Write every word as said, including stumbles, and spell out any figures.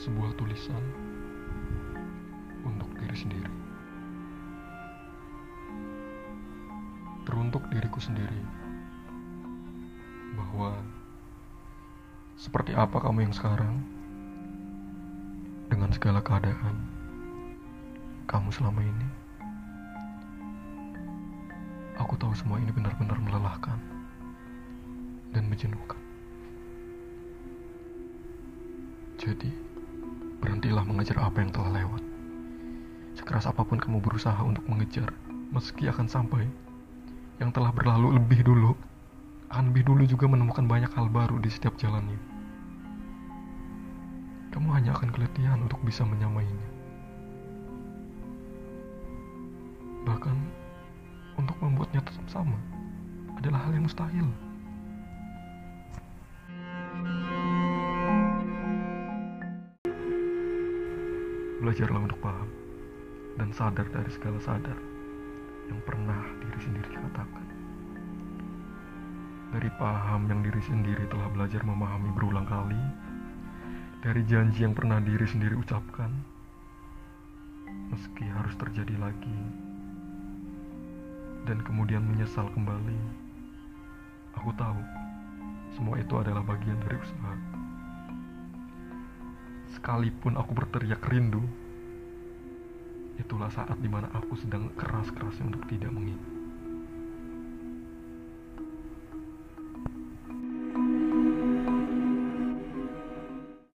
sebuah tulisan untuk diri sendiri. Teruntuk diriku sendiri, bahwa seperti apa kamu yang sekarang, dengan segala keadaan kamu selama ini. Aku tahu semua ini benar-benar melelahkan dan menjenuhkan. Jadi, berhentilah mengejar apa yang telah lewat. Sekeras apapun kamu berusaha untuk mengejar, meski akan sampai, yang telah berlalu lebih dulu, akan lebih dulu juga menemukan banyak hal baru di setiap jalannya. Kamu hanya akan keletihan untuk bisa menyamainya. Bahkan, untuk membuatnya tetap sama, adalah hal yang mustahil. Belajarlah untuk paham dan sadar dari segala sadar yang pernah diri sendiri katakan. Dari paham yang diri sendiri telah belajar memahami berulang kali, dari janji yang pernah diri sendiri ucapkan, meski harus terjadi lagi, dan kemudian menyesal kembali. Aku tahu, semua itu adalah bagian dari usaha. Sekalipun aku berteriak rindu, itulah saat dimana aku sedang keras-kerasnya untuk tidak mengingat.